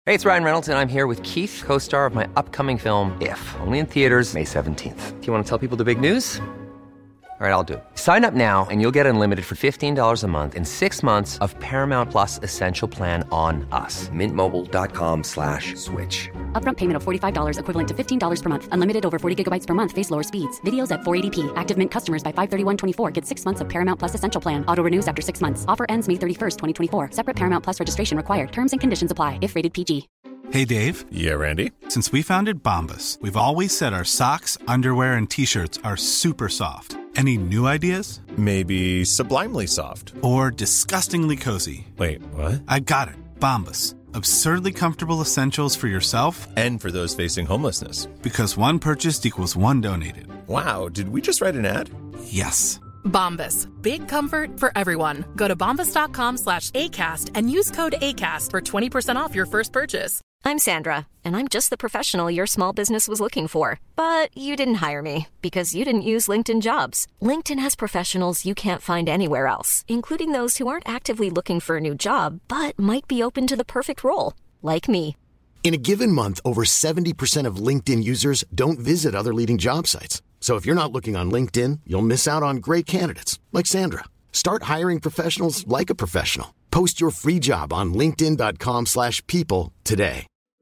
Hey, it's Ryan Reynolds, and I'm here with Keith, co-star of my upcoming film, If, only in theaters May 17th. Do you want to tell people the big news? All right, I'll do it. Sign up now and you'll get unlimited for $15 a month and 6 months of Paramount Plus Essential Plan on us. MintMobile.com/switch. Upfront payment of $45 equivalent to $15 per month. Unlimited over 40 gigabytes per month. Face lower speeds. Videos at 480p. Active Mint customers by 531.24 get 6 months of Paramount Plus Essential Plan. Auto renews after 6 months. Offer ends May 31st, 2024. Separate Paramount Plus registration required. Terms and conditions apply if rated PG. Hey, Dave. Yeah, Randy. Since we founded Bombas, we've always said our socks, underwear, and T-shirts are super soft. Any new ideas? Maybe sublimely soft. Or disgustingly cozy. Wait, what? I got it. Bombas. Absurdly comfortable essentials for yourself And for those facing homelessness. Because one purchased equals one donated. Wow, did we just write an ad? Yes. Bombas. Big comfort for everyone. Go to bombas.com/ACAST and use code ACAST for 20% off your first purchase. I'm Sandra, and I'm just the professional your small business was looking for. But you didn't hire me because you didn't use LinkedIn Jobs. LinkedIn has professionals you can't find anywhere else, including those who aren't actively looking for a new job, but might be open to the perfect role, like me. In a given month, over 70% of LinkedIn users don't visit other leading job sites. So if you're not looking on LinkedIn, you'll miss out on great candidates like Sandra. Start hiring professionals like a professional. Post your free job on linkedin.com/people today.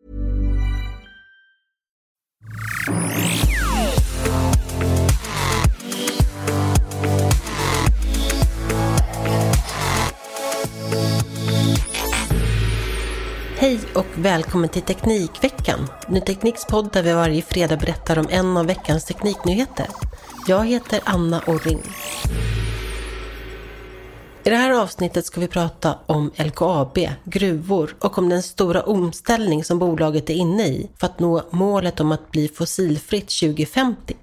Hej och välkommen till Teknikveckan. Ny Tekniks podd där vi varje fredag berättar om en av veckans tekniknyheter. Jag heter Anna Orring. I det här avsnittet ska vi prata om LKAB, gruvor och om den stora omställning som bolaget är inne i för att nå målet om att bli fossilfritt 2050.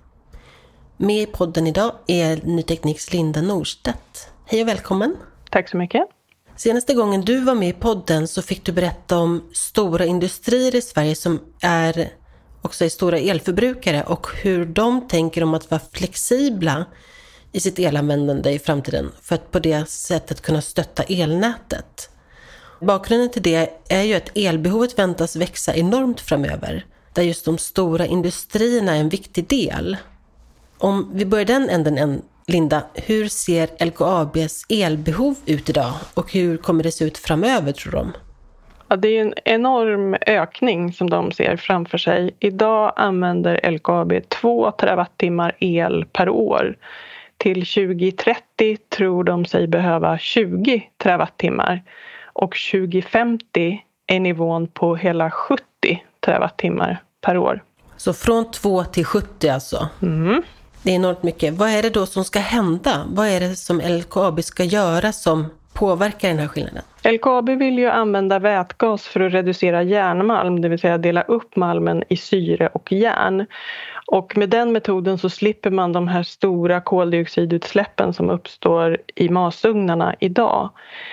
Med i podden idag är Ny Tekniks Linda Norstedt. Hej och välkommen. Tack så mycket. Senaste gången du var med i podden så fick du berätta om stora industrier i Sverige som också är stora elförbrukare och hur de tänker om att vara flexibla i sitt elanvändande i framtiden för att på det sättet kunna stötta elnätet. Bakgrunden till det är ju att elbehovet väntas växa enormt framöver, där just de stora industrierna är en viktig del. Om vi börjar den änden, Linda, hur ser LKABs elbehov ut idag och hur kommer det se ut framöver, tror de? Ja, det är en enorm ökning som de ser framför sig. Idag använder LKAB 2 terawattimmar el per år. Till 2030 tror de sig behöva 20 terawattimmar och 2050 är nivån på hela 70 terawattimmar per år. Så från 2 till 70 alltså? Mm. Det är enormt mycket. Vad är det då som ska hända? Vad är det som LKAB ska göra som påverkar den här skillnaden? LKAB vill ju använda vätgas för att reducera järnmalm, det vill säga dela upp malmen i syre och järn. Och med den metoden så slipper man de här stora koldioxidutsläppen som uppstår i masugnarna idag.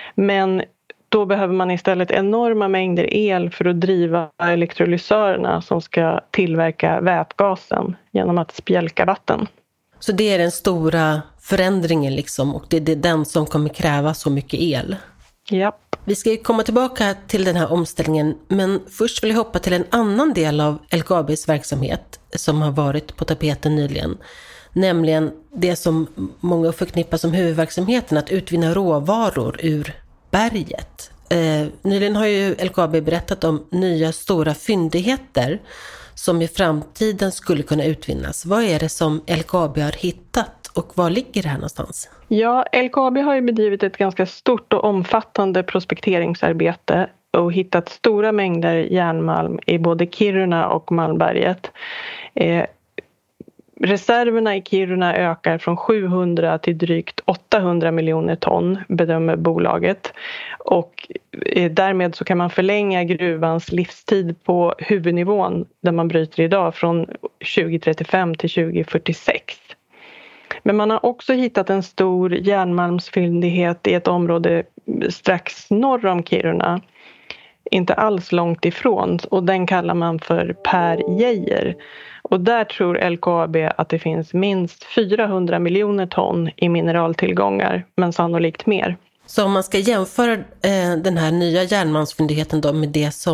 Men då behöver man istället enorma mängder el för att driva elektrolysörerna som ska tillverka vätgasen genom att spjälka vatten. Så det är den stora förändringen liksom, och det är den som kommer kräva så mycket el? Ja. Vi ska ju komma tillbaka till den här omställningen, men först vill jag hoppa till en annan del av LKABs verksamhet som har varit på tapeten nyligen. Nämligen det som många förknippar som huvudverksamheten, att utvinna råvaror ur berget. Nyligen har ju LKAB berättat om nya stora fyndigheter som i framtiden skulle kunna utvinnas. Vad är det som LKAB har hittat och var ligger det här någonstans? Ja, LKAB har ju bedrivit ett ganska stort och omfattande prospekteringsarbete och hittat stora mängder järnmalm i både Kiruna och Malmberget. Reserverna i Kiruna ökar från 700 till drygt 800 miljoner ton, bedömer bolaget. Och därmed så kan man förlänga gruvans livstid på huvudnivån där man bryter idag från 2035 till 2046. Men man har också hittat en stor järnmalmsfyndighet i ett område strax norr om Kiruna. Inte alls långt ifrån, och den kallar man för Per Geijer. Och där tror LKAB att det finns minst 400 miljoner ton i mineraltillgångar, men sannolikt mer. Så om man ska jämföra den här nya järnmalmsfyndigheten då med det som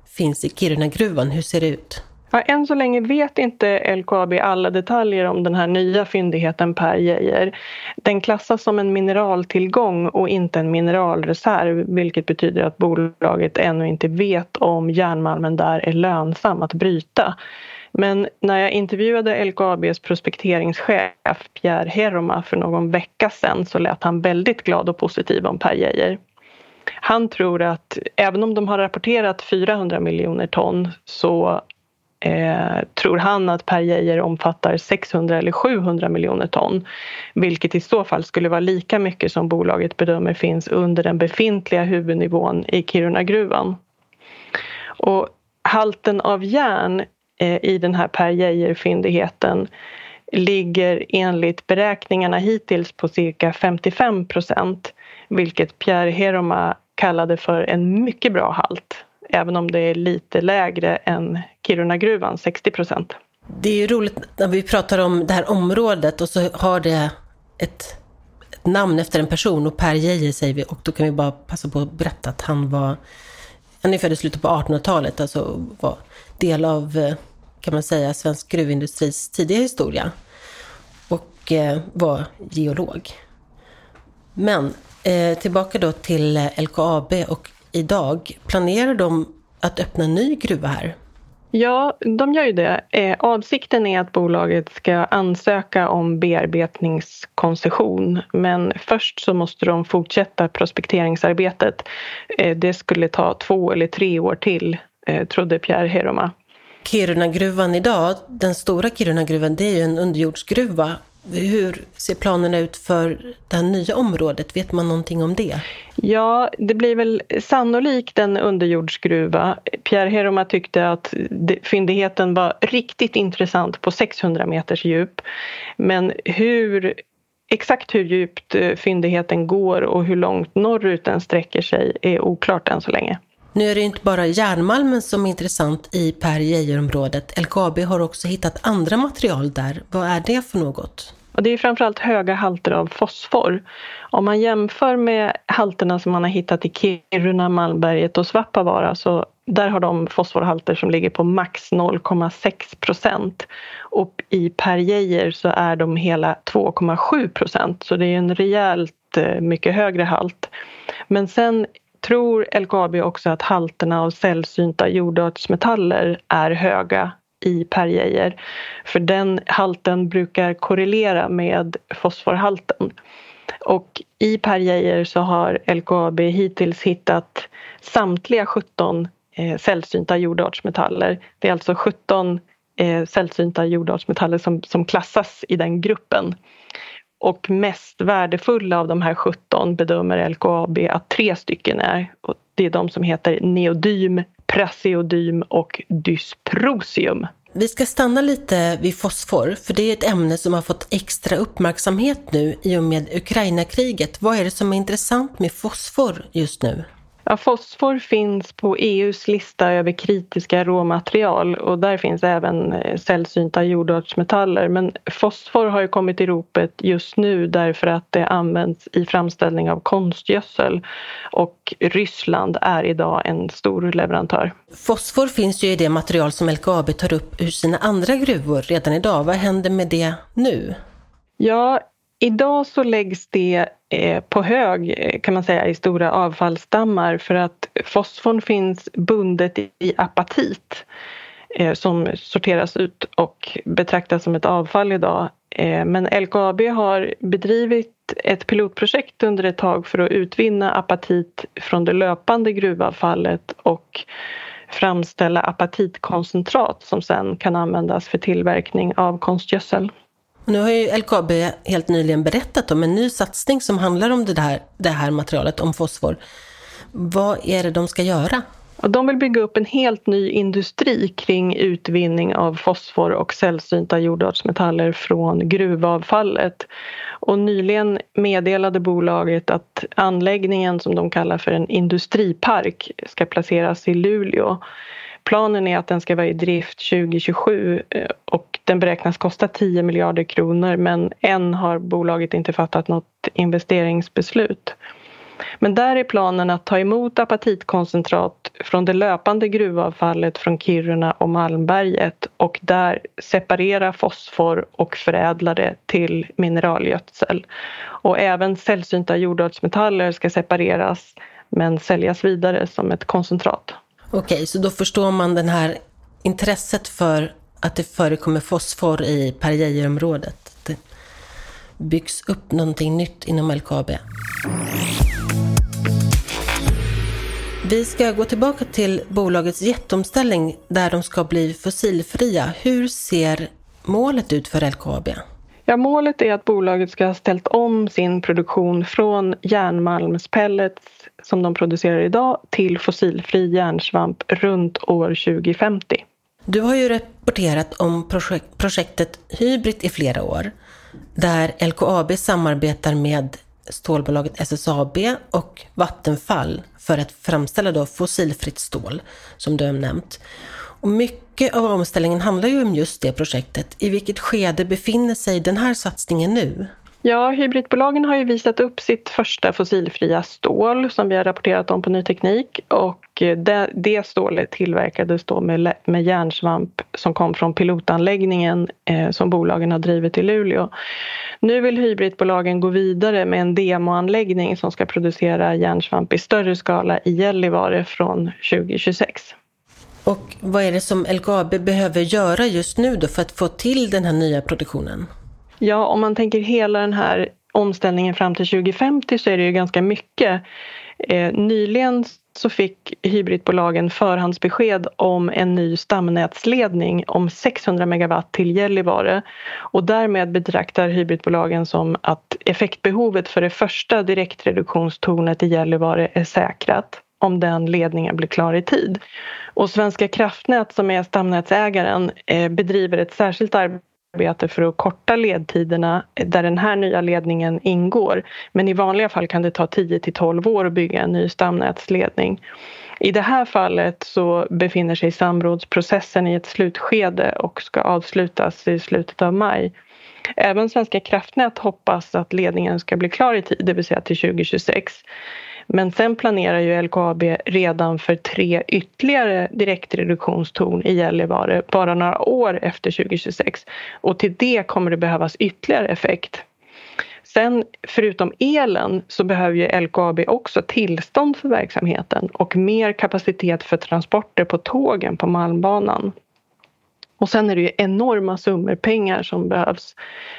finns i Kirunagruvan. Hur ser det ut? Ja, än så länge vet inte LKAB alla detaljer om den här nya fyndigheten Per Geijer. Den klassas som en mineraltillgång och inte en mineralreserv, vilket betyder att bolaget ännu inte vet om järnmalmen där är lönsam att bryta. Men när jag intervjuade LKABs prospekteringschef Pierre Heroma för någon vecka sedan så lät han väldigt glad och positiv om Per Geijer. Han tror att även om de har rapporterat 400 miljoner ton så tror han att Per Geijer omfattar 600 eller 700 miljoner ton, vilket i så fall skulle vara lika mycket som bolaget bedömer finns under den befintliga huvudnivån i Kirunagruvan. Och halten av järn i den här Per Geijer-fyndigheten ligger enligt beräkningarna hittills på cirka 55%, vilket Pierre Heroma kallade för en mycket bra halt, även om det är lite lägre än Kirunagruvan, 60%. Det är ju roligt när vi pratar om det här området och så har det ett namn efter en person, och Per Geijer säger vi, och då kan vi bara passa på att berätta att han är född i slutet på 1800-talet, alltså var del av, kan man säga, svensk gruvindustris tidiga historia och var geolog. Men tillbaka då till LKAB, och idag planerar de att öppna en ny gruva här. Ja, de gör ju det. Avsikten är att bolaget ska ansöka om bearbetningskoncession, men först så måste de fortsätta prospekteringsarbetet. Det skulle ta 2 eller 3 år till, trodde Pierre Heroma. Kirunagruvan idag, den stora Kirunagruvan, det är ju en underjordsgruva. Hur ser planerna ut för det här nya området? Vet man någonting om det? Ja, det blir väl sannolikt en underjordsgruva. Pierre Heroma tyckte att fyndigheten var riktigt intressant på 600 meters djup. Men exakt hur djupt fyndigheten går och hur långt norrut den sträcker sig är oklart än så länge. Nu är det inte bara järnmalmen som är intressant i Per Geijer-området. LKAB har också hittat andra material där. Vad är det för något? Och det är framförallt höga halter av fosfor. Om man jämför med halterna som man har hittat i Kiruna, Malmberget och Svappavaara, så där har de fosforhalter som ligger på max 0,6%. Och i Per Geijer så är de hela 2,7%. Så det är en rejält mycket högre halt. Men sen tror LKAB också att halterna av sällsynta jordartsmetaller är höga i Per Geijer. För den halten brukar korrelera med fosforhalten. Och i Per Geijer så har LKAB hittills hittat samtliga 17 sällsynta jordartsmetaller. Det är alltså 17 sällsynta jordartsmetaller som klassas i den gruppen. Och mest värdefulla av de här 17 bedömer LKAB att 3 stycken är. Och det är de som heter neodym, praseodym och dysprosium. Vi ska stanna lite vid fosfor, för det är ett ämne som har fått extra uppmärksamhet nu i och med Ukraina-kriget. Vad är det som är intressant med fosfor just nu? Ja, fosfor finns på EUs lista över kritiska råmaterial, och där finns även sällsynta jordartsmetaller. Men fosfor har ju kommit i ropet just nu därför att det används i framställning av konstgödsel, och Ryssland är idag en stor leverantör. Fosfor finns ju i det material som LKAB tar upp ur sina andra gruvor redan idag. Vad händer med det nu? Ja, idag så läggs det på hög, kan man säga, i stora avfallsdammar, för att fosforn finns bundet i apatit som sorteras ut och betraktas som ett avfall idag. Men LKAB har bedrivit ett pilotprojekt under ett tag för att utvinna apatit från det löpande gruvavfallet och framställa apatitkoncentrat som sedan kan användas för tillverkning av konstgödsel. Nu har ju LKAB helt nyligen berättat om en ny satsning som handlar om det här materialet, om fosfor. Vad är det de ska göra? Och de vill bygga upp en helt ny industri kring utvinning av fosfor och sällsynta jordartsmetaller från gruvavfallet. Och nyligen meddelade bolaget att anläggningen, som de kallar för en industripark, ska placeras i Luleå. Planen är att den ska vara i drift 2027 och den beräknas kosta 10 miljarder kronor, men än har bolaget inte fattat något investeringsbeslut. Men där är planen att ta emot apatitkoncentrat från det löpande gruvavfallet från Kiruna och Malmberget och där separera fosfor och förädla det till mineralgödsel. Och även sällsynta jordartsmetaller ska separeras men säljas vidare som ett koncentrat. Okej, så då förstår man den här intresset för att det förekommer fosfor i Per-Geijer-området. Det byggs upp någonting nytt inom LKAB. Vi ska gå tillbaka till bolagets jätteomställning där de ska bli fossilfria. Hur ser målet ut för LKAB? Ja, målet är att bolaget ska ha ställt om sin produktion från järnmalmspellets som de producerar idag till fossilfri järnsvamp runt år 2050. Du har ju rapporterat om projektet Hybrit i flera år där LKAB samarbetar med stålbolaget SSAB och Vattenfall för att framställa då fossilfritt stål som du har nämnt. Och mycket av omställningen handlar ju om just det projektet. I vilket skede befinner sig den här satsningen nu? Ja, hybridbolagen har ju visat upp sitt första fossilfria stål som vi har rapporterat om på Ny Teknik och det stålet tillverkades då med järnsvamp som kom från pilotanläggningen som bolagen har drivit i Luleå. Nu vill hybridbolagen gå vidare med en demoanläggning som ska producera järnsvamp i större skala i Gällivare från 2026. Och vad är det som LKAB behöver göra just nu då för att få till den här nya produktionen? Ja, om man tänker hela den här omställningen fram till 2050 så är det ju ganska mycket. Nyligen så fick hybridbolagen förhandsbesked om en ny stamnätsledning om 600 megawatt till Gällivare och därmed betraktar hybridbolagen som att effektbehovet för det första direktreduktionstornet i Gällivare är säkrat om den ledningen blir klar i tid. Och Svenska kraftnät som är stamnätsägaren bedriver ett särskilt arbete för att korta ledtiderna där den här nya ledningen ingår. Men i vanliga fall kan det ta 10-12 år att bygga en ny stamnätsledning. I det här fallet så befinner sig samrådsprocessen i ett slutskede och ska avslutas i slutet av maj. Även Svenska kraftnät hoppas att ledningen ska bli klar i tid, det vill säga till 2026. Men sen planerar ju LKAB redan för 3 ytterligare direktreduktionstorn i Gällivare bara några år efter 2026. Och till det kommer det behövas ytterligare effekt. Sen förutom elen så behöver ju LKAB också tillstånd för verksamheten och mer kapacitet för transporter på tågen på Malmbanan. Och sen är det ju enorma summor pengar som behövs.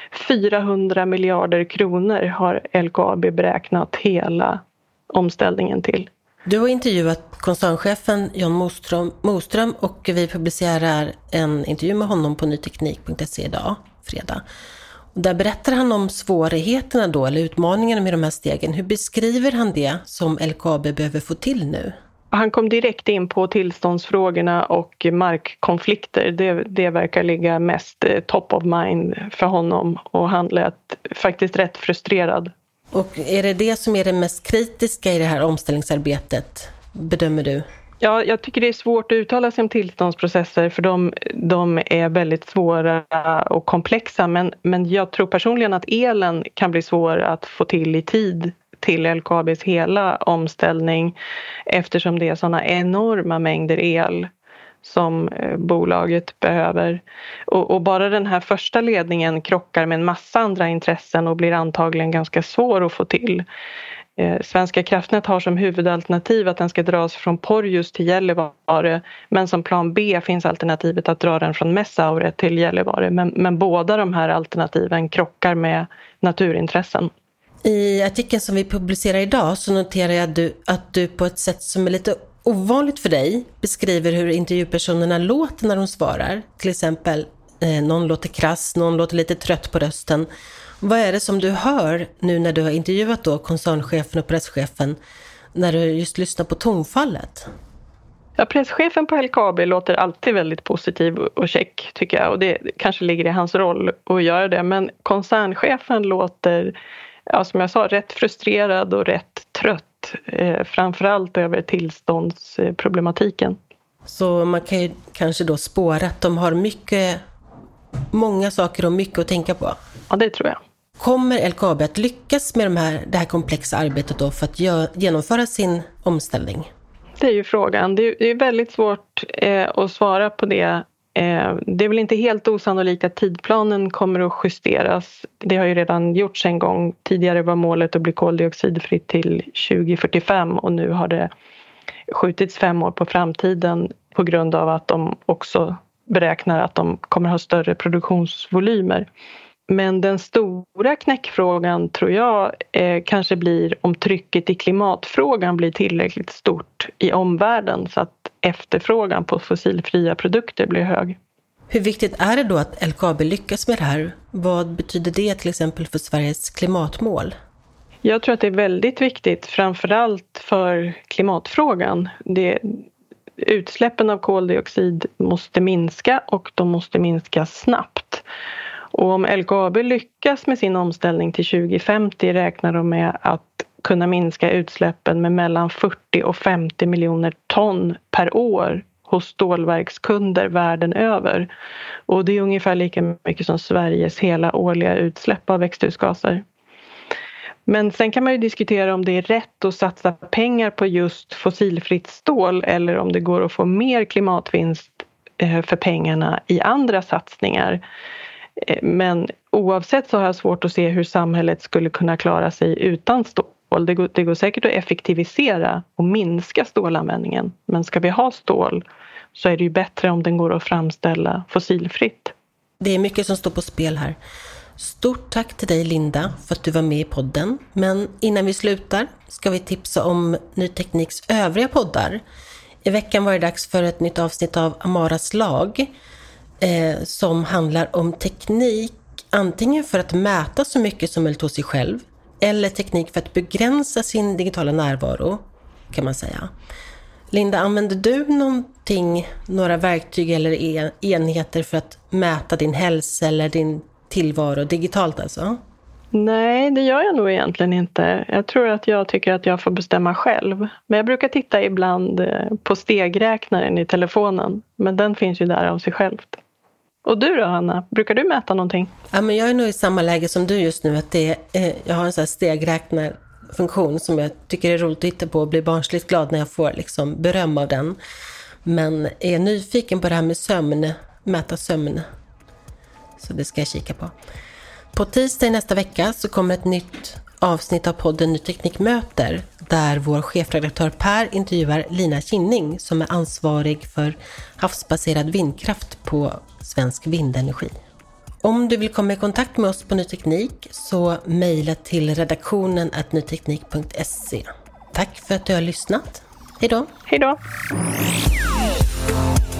400 miljarder kronor har LKAB beräknat hela omställningen till. Du har intervjuat koncernchefen John Moström och vi publicerar en intervju med honom på nyteknik.se idag, fredag. Och där berättar han om svårigheterna då, eller utmaningarna med de här stegen. Hur beskriver han det som LKAB behöver få till nu? Han kom direkt in på tillståndsfrågorna och markkonflikter. Det verkar ligga mest top of mind för honom och han lät faktiskt rätt frustrerad. Och är det som är det mest kritiska i det här omställningsarbetet, bedömer du? Ja, jag tycker det är svårt att uttala sig om tillståndsprocesser för de är väldigt svåra och komplexa. Men jag tror personligen att elen kan bli svår att få till i tid till LKABs hela omställning eftersom det är sådana enorma mängder el som bolaget behöver. Och bara den här första ledningen krockar med en massa andra intressen och blir antagligen ganska svår att få till. Svenska kraftnät har som huvudalternativ att den ska dras från Porjus till Gällivare, men som plan B finns alternativet att dra den från Messaure till Gällivare. Men båda de här alternativen krockar med naturintressen. I artikeln som vi publicerar idag så noterar jag att du på ett sätt som är lite ovanligt för dig beskriver hur intervjupersonerna låter när de svarar. Till exempel, någon låter krass, någon låter lite trött på rösten. Vad är det som du hör nu när du har intervjuat då koncernchefen och presschefen när du just lyssnar på tonfallet? Ja, presschefen på LKAB låter alltid väldigt positiv och check tycker jag. Och det kanske ligger i hans roll att göra det. Men koncernchefen låter, ja, som jag sa, rätt frustrerad och rätt trött. Framförallt över tillståndsproblematiken. Så man kan ju kanske då spåra att de har många saker och mycket att tänka på. Ja, det tror jag. Kommer LKAB att lyckas med det här komplexa arbetet då för att genomföra sin omställning? Det är ju frågan. Det är väldigt svårt att svara på det. Det är väl inte helt osannolikt att tidplanen kommer att justeras. Det har ju redan gjorts en gång. Tidigare var målet att bli koldioxidfritt till 2045 och nu har det skjutits 5 år på framtiden på grund av att de också beräknar att de kommer ha större produktionsvolymer. Men den stora knäckfrågan tror jag kanske blir om trycket i klimatfrågan blir tillräckligt stort i omvärlden så att efterfrågan på fossilfria produkter blir hög. Hur viktigt är det då att LKAB lyckas med det här? Vad betyder det till exempel för Sveriges klimatmål? Jag tror att det är väldigt viktigt, framförallt för klimatfrågan. Utsläppen av koldioxid måste minska och de måste minska snabbt. Och om LKAB lyckas med sin omställning till 2050 räknar de med att kunna minska utsläppen med mellan 40 och 50 miljoner ton per år hos stålverkskunder världen över. Och det är ungefär lika mycket som Sveriges hela årliga utsläpp av växthusgaser. Men sen kan man ju diskutera om det är rätt att satsa pengar på just fossilfritt stål eller om det går att få mer klimatvinst för pengarna i andra satsningar. Men oavsett så har jag svårt att se hur samhället skulle kunna klara sig utan stål. Det går säkert att effektivisera och minska stålanvändningen. Men ska vi ha stål så är det ju bättre om den går att framställa fossilfritt. Det är mycket som står på spel här. Stort tack till dig Linda för att du var med i podden. Men innan vi slutar ska vi tipsa om Ny Tekniks övriga poddar. I veckan var det dags för ett nytt avsnitt av Amaras lag som handlar om teknik antingen för att mäta så mycket som möjligt hos sig själv eller teknik för att begränsa sin digitala närvaro kan man säga. Linda, använder du några verktyg eller enheter för att mäta din hälsa eller din tillvaro digitalt alltså? Nej, det gör jag nog egentligen inte. Jag tror att jag tycker att jag får bestämma själv. Men jag brukar titta ibland på stegräknaren i telefonen. Men den finns ju där av sig självt. Och du då, Hanna? Brukar du mäta någonting? Ja, men jag är nog i samma läge som du just nu. Att jag har en sån här stegräknarfunktion som jag tycker är roligt att titta på och blir barnsligt glad när jag får liksom beröm av den. Men är nyfiken på det här med mäta sömn. Så det ska jag kika på. På tisdag i nästa vecka så kommer ett nytt avsnitt av podden Ny Teknik möter där vår chefredaktör Per intervjuar Lina Kinning som är ansvarig för havsbaserad vindkraft på Svensk Vindenergi. Om du vill komma i kontakt med oss på Ny Teknik så mejla till redaktionen@nyteknik.se. Tack för att du har lyssnat. Hej då! Hej då!